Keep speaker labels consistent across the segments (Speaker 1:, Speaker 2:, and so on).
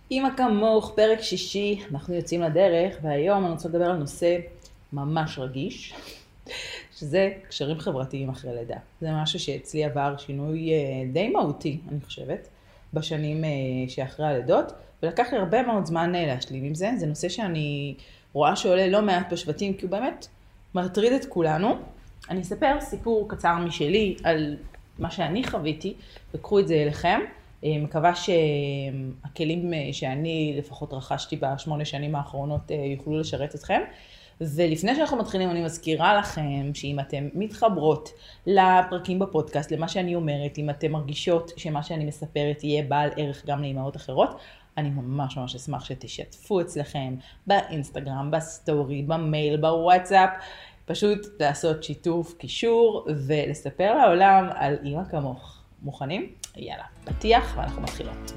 Speaker 1: אמא כמוך, פרק שישי, אנחנו יוצאים לדרך, והיום אני רוצה לדבר על נושא ממש רגיש, שזה קשרים חברתיים אחרי לידה. זה משהו שאצלי עבר שינוי די מהותי, אני חושבת, בשנים שאחרי הלידות, ולקח לי הרבה מאוד זמן להשלים עם זה. זה נושא שאני רואה שעולה לא מעט בשבטים, כי הוא באמת מטריד את כולנו. אני אספר סיפור קצר משלי על מה שאני חוויתי, וקחו את זה אליכם. מקווה שהכלים שאני לפחות רכשתי ב8 שנים האחרונות יוכלו לשרת אתכם. ולפני שאנחנו מתחילים, אני מזכירה לכם שאם אתם מתחברות לפרקים בפודקאסט, למה שאני אומרת, אם אתם מרגישות שמה שאני מספרת יהיה בעל ערך גם לאמהות אחרות, אני ממש ממש אשמח שתשתפו אצלכם באינסטגרם, בסטורי, במייל, בוואטסאפ, פשוט לעשות שיתוף, קישור ולספר לעולם על אמא כמוך. מוכנים? יאללה, פתיח ואנחנו מתחילות.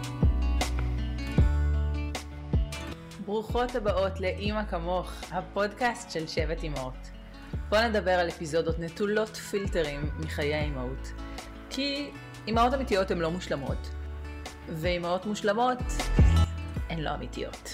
Speaker 1: ברוכות הבאות לאמא כמוך, הפודקאסט של שבט אמהות. בוא נדבר על אפיזודות נטולות פילטרים מחיי האמהות. כי אמהות אמיתיות הן לא מושלמות, ואמהות מושלמות הן לא אמיתיות.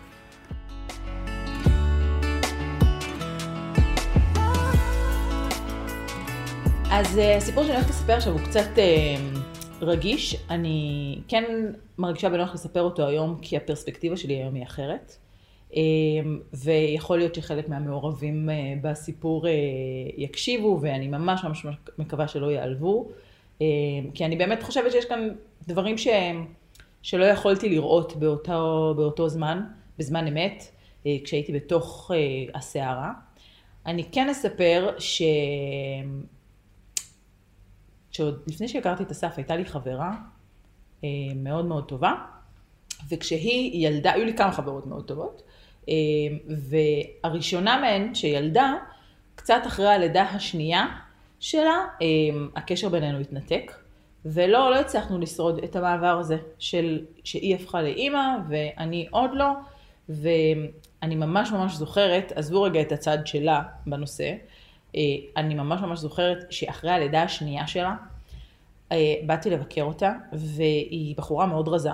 Speaker 1: אז הסיפור שאני הולכת לספר עכשיו הוא קצת רגיש. אני כן מרגישה בנוח לספר אותו היום, כי הפרספקטיבה שלי היום היא אחרת. ויכול להיות שחלק מהמעורבים בסיפור יקשיבו, ואני ממש ממש מקווה שלא יעלבו. כי אני באמת חושבת שיש כאן דברים שלא יכולתי לראות באותו זמן, בזמן אמת, כשהייתי בתוך הסערה. אני כן אספר שעוד לפני שהכרתי את אסף הייתה לי חברה מאוד מאוד טובה, וכשהיא ילדה, היו לי כמה חברות מאוד טובות, והראשונה מהן שילדה, קצת אחרי הלידה השנייה שלה, הקשר בינינו התנתק, ולא הצלחנו לשרוד את המעבר הזה שהיא הפכה לאמא ואני עוד לא, ואני ממש ממש זוכרת, עזבו רגע את הצד שלה בנושא, אני ממש ממש זוכרת שאחרי הלידה השנייה שלה, באתי לבקר אותה, והיא בחורה מאוד רזה,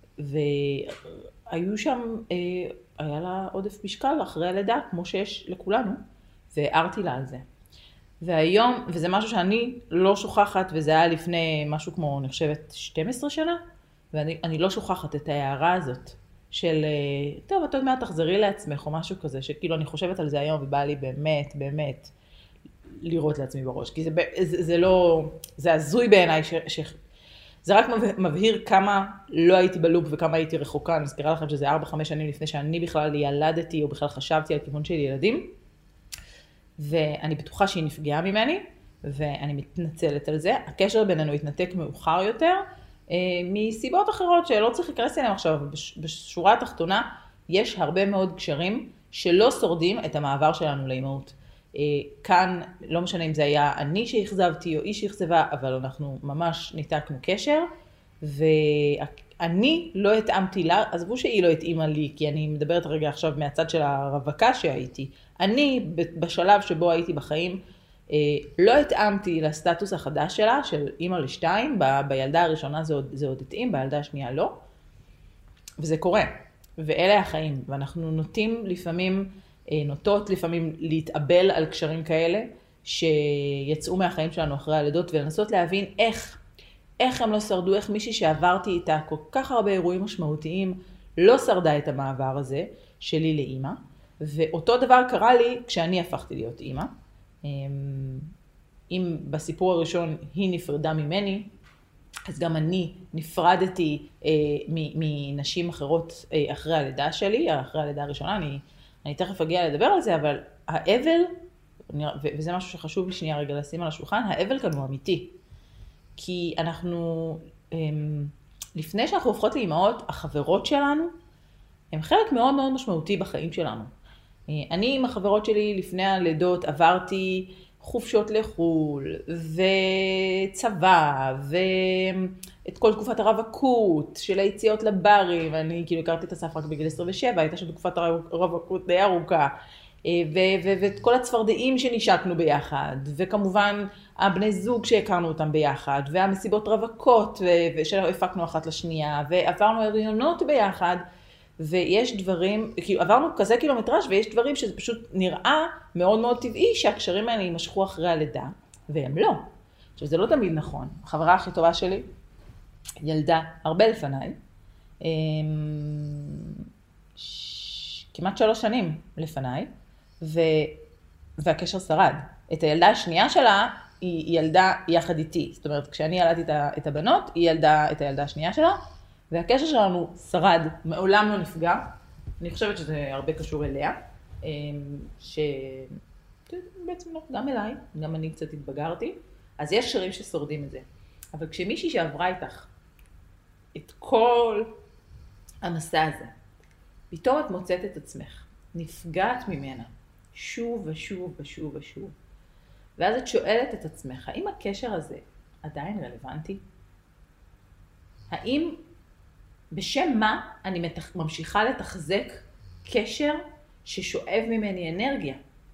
Speaker 1: והיו שם, היה לה עודף משקל אחרי הלידה, כמו שיש לכולנו, והערתי לה על זה. והיום, וזה משהו שאני לא שוכחת, וזה היה לפני משהו כמו, אני חושבת, 12 שנה, ואני לא שוכחת את ההערה הזאת, של, טוב, את עוד מעט תחזרי לעצמך, או משהו כזה, שכאילו אני חושבת על זה היום, ובא לי באמת, באמת, לראות לעצמי בראש, כי זה לא, זה הזוי בעיניי, זה רק מבהיר כמה לא הייתי בלופ וכמה הייתי רחוקה. אני מזכירה לכם שזה 4-5 שנים לפני שאני בכלל ילדתי, או בכלל חשבתי על כיוון של ילדים, ואני בטוחה שהיא נפגעה ממני, ואני מתנצלת על זה. הקשר בינינו התנתק מאוחר יותר, מסיבות אחרות שלא צריך להיכנס אליהם עכשיו. בשורה התחתונה, יש הרבה מאוד קשרים שלא שורדים את המעבר שלנו לאמהות. כאן, לא משנה אם זה היה אני שהחזבתי או היא שהחזבה, אבל אנחנו ממש ניתקנו קשר, ואני לא התאמתי לה, עזבו שהיא לא התאימה לי, כי אני מדברת רגע עכשיו מהצד של הרווקה שהייתי. אני, בשלב שבו הייתי בחיים, לא התאמתי לסטטוס החדש שלה, של אמא לשתיים, בילדה הראשונה זה עוד התאים, בילדה השנייה לא, וזה קורה, ואלה החיים, ואנחנו נוטות לפעמים להתאבל על קשרים כאלה, שיצאו מהחיים שלנו אחרי הלידות, ולנסות להבין איך הם לא שרדו, איך מישהי שעברתי איתה כל כך הרבה אירועים משמעותיים, לא שרדה את המעבר הזה שלי לאמא, ואותו דבר קרה לי כשאני הפכתי להיות אמא. אם בסיפור הראשון היא נפרדה ממני, אז גם אני נפרדתי מנשים אחרות אחרי הלידה שלי, אחרי הלידה הראשונה. אני תכף אגיע לדבר על זה, אבל האבל, וזה משהו שחשוב לי שנייה רגע לשים על השולחן, האבל כאן הוא אמיתי. כי אנחנו, לפני שאנחנו הופכות לאמהות, החברות שלנו, הם חלק מאוד מאוד משמעותי בחיים שלנו. אני עם החברות שלי לפני הלידות עברתי חופשות לחול, וצבא, ואת כל תקופת הרווקות של היציאות לברים, ואני כאילו הכרתי את אסף רק בגיל 27, הייתה שם תקופת הרווקות די ארוכה, ואת כל הצפרדעים שנשקנו ביחד, וכמובן הבני זוג שהכרנו אותם ביחד, והמסיבות רווקות שהפקנו אחת לשנייה, ועברנו הריונות ביחד, ויש דברים, עברנו כזה קילומטראז' ויש דברים שזה פשוט נראה מאוד מאוד טבעי שהקשרים האלה יימשכו אחרי הלידה, והם לא. עכשיו זה לא תמיד נכון. החברה הכי טובה שלי ילדה הרבה לפניי, כמעט 3 שנים לפניי, והקשר שרד. את הילדה השנייה שלה היא ילדה יחד איתי. זאת אומרת, כשאני ילדתי את הבנות, היא ילדה את הילדה השנייה שלה, והקשר שלנו שרד, מעולם לא נפגע. אני חושבת שזה הרבה קשור אליה, שבעצם לא, גם אליי, גם אני קצת התבגרתי. אז יש קשרים ששורדים את זה. אבל כשמישהי שעברה איתך את כל המסע הזה, פתאום את מוצאת את עצמך, נפגעת ממנה, שוב ושוב ושוב ושוב. ואז את שואלת את עצמך, האם הקשר הזה עדיין רלוונטי? האם בשם מה אני ממשיכה לתחזק קשר ששואב ממני אנרגיה?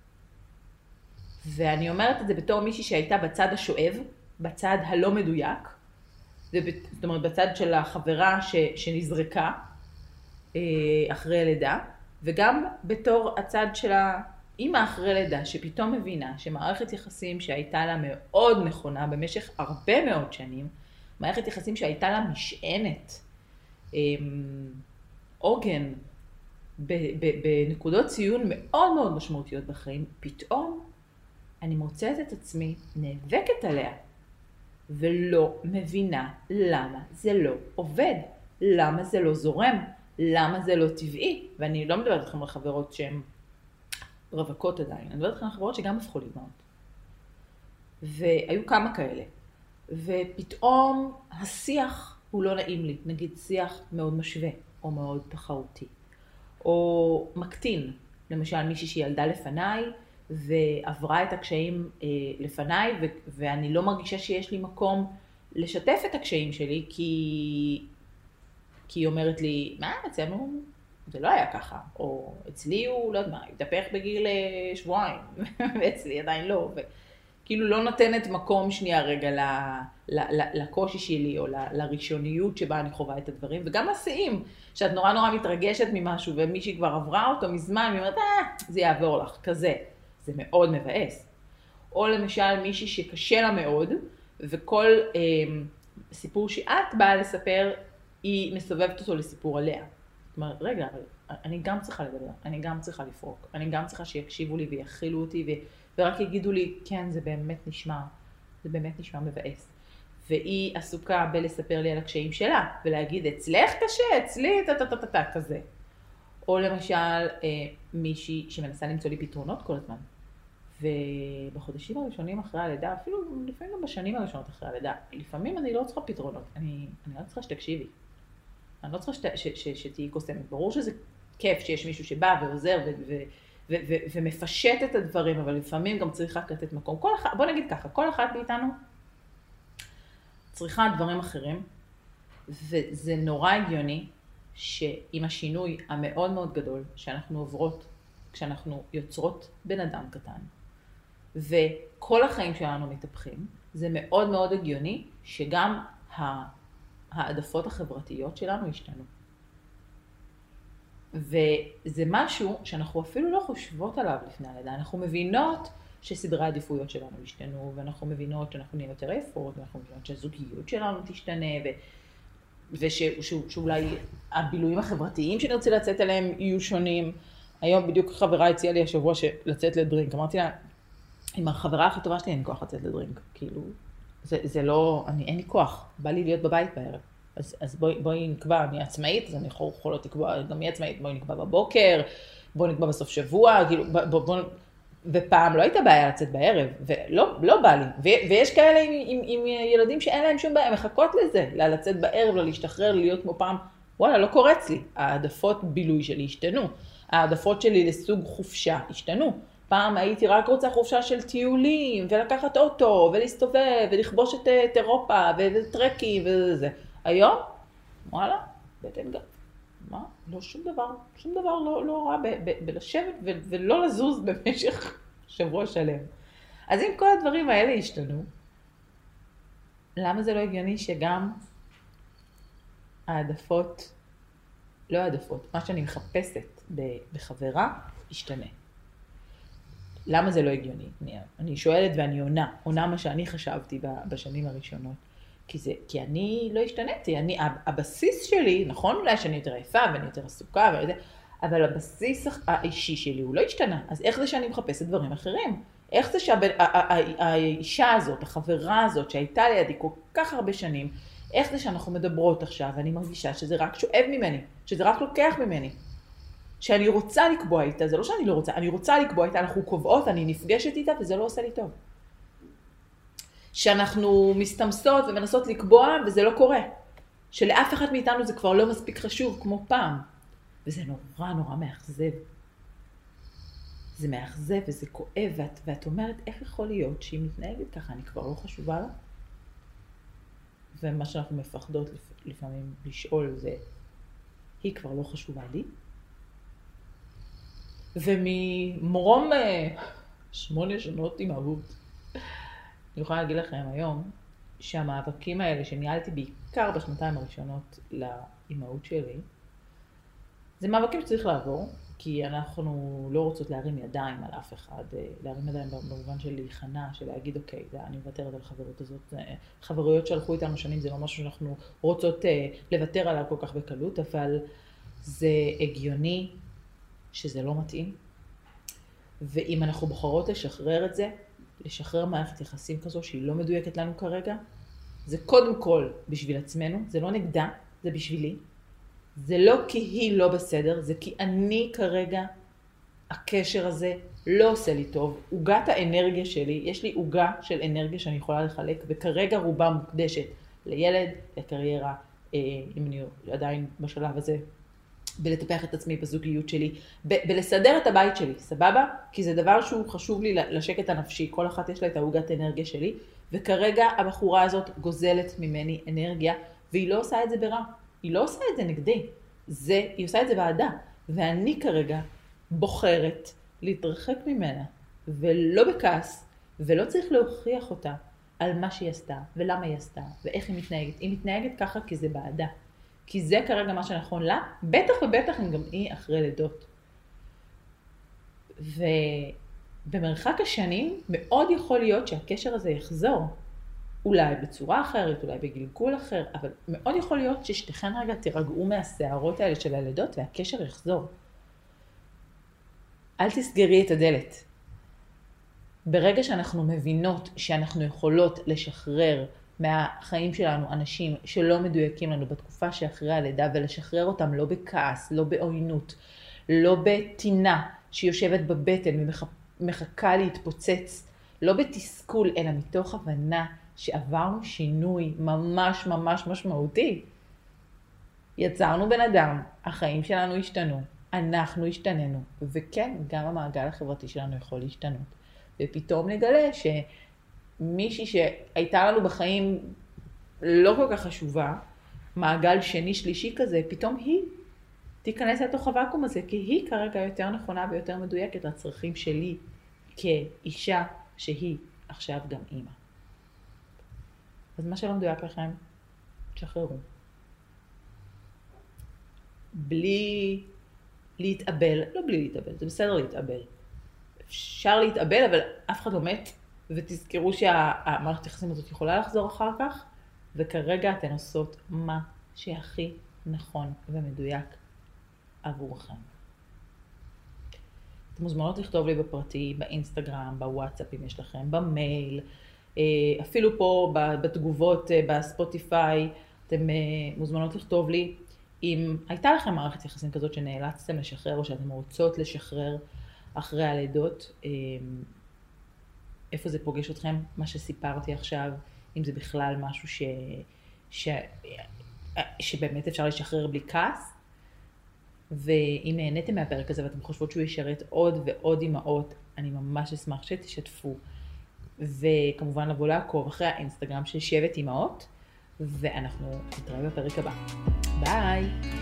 Speaker 1: ואני אומרת את זה בתור מישהי שהייתה בצד השואב, בצד הלא מדויק, זאת אומרת בצד של החברה שנזרקה אחרי הלידה, וגם בתור הצד של האמא אחרי לידה, שפתאום מבינה שמערכת יחסים שהייתה לה מאוד נכונה במשך הרבה מאוד שנים, מערכת יחסים שהייתה לה משענת, עוגן, בנקודות ציון מאוד מאוד משמעותיות בחיים, פתאום אני מוצאת את עצמי נאבקת עליה, ולא מבינה למה זה לא עובד, למה זה לא זורם, למה זה לא טבעי. ואני לא מדברת לכם על חברות שהן רווקות עדיין, אני מדברת לכם על חברות שגם הפכו לבנות. והיו כמה כאלה. ופתאום השיח הוא לא נעים לי, נגיד שיח מאוד משווה, או מאוד תחרותי, או מקטין. למשל מישהי שילדה לפניי, ועברה את הקשיים לפניי, ואני לא מרגישה שיש לי מקום לשתף את הקשיים שלי, כי היא אומרת לי, מה, אצלנו זה לא היה ככה, או אצלי הוא, לא יודע מה, התהפך בגיל 2 שבועות, ואצלי עדיין לא, וכאילו לא נותנת מקום שנייה רגע לקושי שלי, או לראשוניות שבה אני חווה את הדברים, וגם לשיאים, שאת נורא נורא מתרגשת ממשהו, ומישהי כבר עברה אותו מזמן, והיא אומרת, זה יעבור לך, כזה. זה מאוד מבאס. או למשל מישהי שקשה לה מאוד, וכל סיפור שאת באה לספר, היא מסובבת אותו לסיפור עליה. זאת אומרת, רגע, אני גם צריכה לדבר, אני גם צריכה לפרוק, אני גם צריכה שיקשיבו לי ויכילו אותי, ורק יגידו לי, כן, זה באמת נשמע מבאס. והיא עסוקה בלספר לי על הקשיים שלה, ולהגיד, אצלך קשה, אצלי, כזה. או למשל, מישהי שמנסה למצוא לי פתרונות כל הזמן. ובחודשים הראשונים אחרי הלידה, אפילו לפעמים גם בשנים הראשונות אחרי הלידה, לפעמים אני לא צריכה פתרונות, אני לא צריכה שתקשיבי. אני לא צריכה שתהיי קוסמת. ברור שזה כיף שיש מישהו שבא ועוזר ומפשט את הדברים, אבל לפעמים גם צריך רק לתת מקום. בוא נגיד ככה, כל אחת מאיתנו צריכה דברים אחרים, וזה נורא הגיוני שעם השינוי המאוד מאוד גדול שאנחנו עוברות, כשאנחנו יוצרות בן אדם קטן, וכל החיים שלנו מתהפכים, זה מאוד מאוד הגיוני שגם העדפות החברתיות שלנו השתנו. וזה משהו שאנחנו אפילו לא חושבות עליו לפני הלידה. אנחנו מבינות שסדרי העדיפויות שלנו השתנו, ואנחנו מבינות שאנחנו נהיה יותר עייפות, ואנחנו מבינות שהזוגיות שלנו תשתנה, ושאולי הבילויים החברתיים שנרצה לצאת עליהם יהיו שונים. היום בדיוק חברה הציעה לי השבוע לצאת לדרינק. אמרתי לה, עם החברה הכי טובה שלי אין לי כוח לצאת לדרינק. כאילו, זה לא, אין לי כוח. בא לי להיות בבית בערב. אז בואי נקבע, אני עצמאית, אז אני יכולות לקבוע, גם היא עצמאית, בואי נקבע בבוקר, בואי נקבע בסוף שבוע, כאילו, ופעם לא הייתה בעיה לצאת בערב, ולא בא לי. ויש כאלה עם ילדים שאין להם שום בעיה, הם מחכות לזה, לצאת בערב, להשתחרר, להיות כמו פעם. וואלה, לא קורץ לי. העדפות בילוי שלי השתנו. העדפות שלי לסוג חופשה השתנו. פעם הייתי רק רוצה חופשה של טיולים, ולקחת אוטו, ולהסתובב, ולכבוש את אירופה, וטרקים, וזה. היום, וואלה, בטן גם. מה? לא, שום דבר לא רע בלשבת ולא לזוז במשך שבוע שלם. אז אם כל הדברים האלה ישתנו, למה זה לא הגיוני שגם העדפות, לא העדפות, מה שאני מחפשת בחברה, ישתנה? למה זה לא הגיוני? אני שואלת ואני עונה מה שאני חשבתי בשנים הראשונות. כי אני לא השתניתי, הבסיס שלי, נכון אולי שאני יותר עייפה ואני יותר עסוקה, אבל הבסיס האישי שלי הוא לא השתנה. אז איך זה שאני מחפשת דברים אחרים? איך זה שהאישה הזאת, החברה הזאת שהייתה לידי כל כך הרבה שנים, איך זה שאנחנו מדברות עכשיו ואני מרגישה שזה רק שואב ממני, שזה רק לוקח ממני? שאני רוצה לקבוע איתה, זה לא שאני לא רוצה, אני רוצה לקבוע איתה, אנחנו קובעות, אני נפגשת איתה וזה לא עושה לי טוב. שאנחנו מסתמסות ומנסות לקבוע וזה לא קורה. שלאף אחד מאיתנו זה כבר לא מספיק חשוב כמו פעם. וזה נורא מאכזב. זה מאכזב וזה כואב, ואת אומרת איך יכול להיות שהיא מתנהגת ככה, אני כבר לא חשובה לה? ומה שאנחנו מפחדות לפעמים לשאול זה, היא כבר לא חשובה לי? וממורום 8 שנות אימהות, אני יכולה להגיד לכם היום שהמאבקים האלה שניהלתי בעיקר בשנתיים הראשונות לאימהות שלי, זה מאבקים שצריך לעבור, כי אנחנו לא רוצות להרים ידיים על אף אחד, להרים ידיים במובן של להיכנע, של להגיד אוקיי, אני מוותרת על החברות הזאת, חברויות שהלכו איתנו שנים זה לא משהו שאנחנו רוצות לוותר עליו כל כך בקלות, אבל זה הגיוני שזה לא מתאים, ואם אנחנו בוחרות לשחרר את זה, לשחרר מערכת יחסים כזו שהיא לא מדויקת לנו כרגע, זה קודם כל בשביל עצמנו, זה לא נגדה, זה בשבילי. זה לא כי היא לא בסדר, זה כי אני כרגע, הקשר הזה לא עושה לי טוב. עוגת האנרגיה שלי, יש לי עוגה של אנרגיה שאני יכולה לחלק, וכרגע רובה מוקדשת לילד, לקריירה, אם אני עדיין בשלב הזה, בלטפח את עצמי בזוגיות שלי, בלסדר את הבית שלי, סבבה? כי זה דבר שהוא חשוב לי לשקט הנפשי, כל אחת יש לה את העוגת אנרגיה שלי, וכרגע הבחורה הזאת גוזלת ממני אנרגיה, והיא לא עושה את זה ברע, היא לא עושה את זה נגדי, היא עושה את זה בעדה, ואני כרגע בוחרת להתרחק ממנה, ולא בכעס, ולא צריך להוכיח אותה על מה שהיא עשתה, ולמה היא עשתה, ואיך היא מתנהגת. היא מתנהגת ככה כי זה בעדה. כי זה כרגע מה שנכון לה, בטח ובטח אם גם היא אחרי לידות. ובמרחק השנים מאוד יכול להיות שהקשר הזה יחזור. אולי בצורה אחרת, אולי בגלגול אחר, אבל מאוד יכול להיות ששתיכן רגע תירגעו מהשערות האלה של הלידות והקשר יחזור. אל תסגרי את הדלת. ברגע שאנחנו מבינות שאנחנו יכולות לשחרר מהחיים שלנו אנשים שלא מדויקים לנו בתקופה שאחרי הלידה, ולשחרר אותם לא בכעס, לא בעוינות, לא בתינה שיושבת בבטן ומחכה להתפוצץ, לא בתסכול, אלא מתוך הבנה שעברנו שינוי ממש משמעותי. יצרנו בן אדם, החיים שלנו השתנו, אנחנו השתננו, וכן, גם המעגל החברתי שלנו יכול להשתנות. ופתאום נגלה שמישהי שהייתה לנו בחיים לא כל כך חשובה, מעגל שני שלישי כזה, פתאום היא תיכנס לתוך הוואקום הזה, כי היא כרגע יותר נכונה ויותר מדויקת לצרכים שלי כאישה שהיא עכשיו גם אימא. אז מה שלא מדויק לכם, תשחררו. בלי להתאבל, לא בלי להתאבל, זה בסדר להתאבל. אפשר להתאבל, אבל אף אחד לא מת, ותזכרו שהמערכת היחסים הזאת יכולה לחזור אחר כך, וכרגע אתן עושות מה שהכי נכון ומדויק עבורכם. אתם מוזמנות לכתוב לי בפרטי, באינסטגרם, בוואטסאפ אם יש לכם, במייל, אפילו פה בתגובות בספוטיפיי, אתם מוזמנות לכתוב לי אם הייתה לכם מערכת יחסים כזאת שנאלצתם לשחרר או שאתם רוצות לשחרר אחרי הלידות, איפה זה פוגש אתכם, מה שסיפרתי עכשיו, אם זה בכלל משהו שבאמת אפשר לשחרר בלי כעס, ואם נהניתם מהפרק הזה ואתם חושבות שהוא ישרת עוד ועוד אימהות, אני ממש אשמח שתשתפו, וכמובן לבוא לעקוב אחרי האינסטגרם של שבט אימהות, ואנחנו נתראה בפרק הבא. ביי!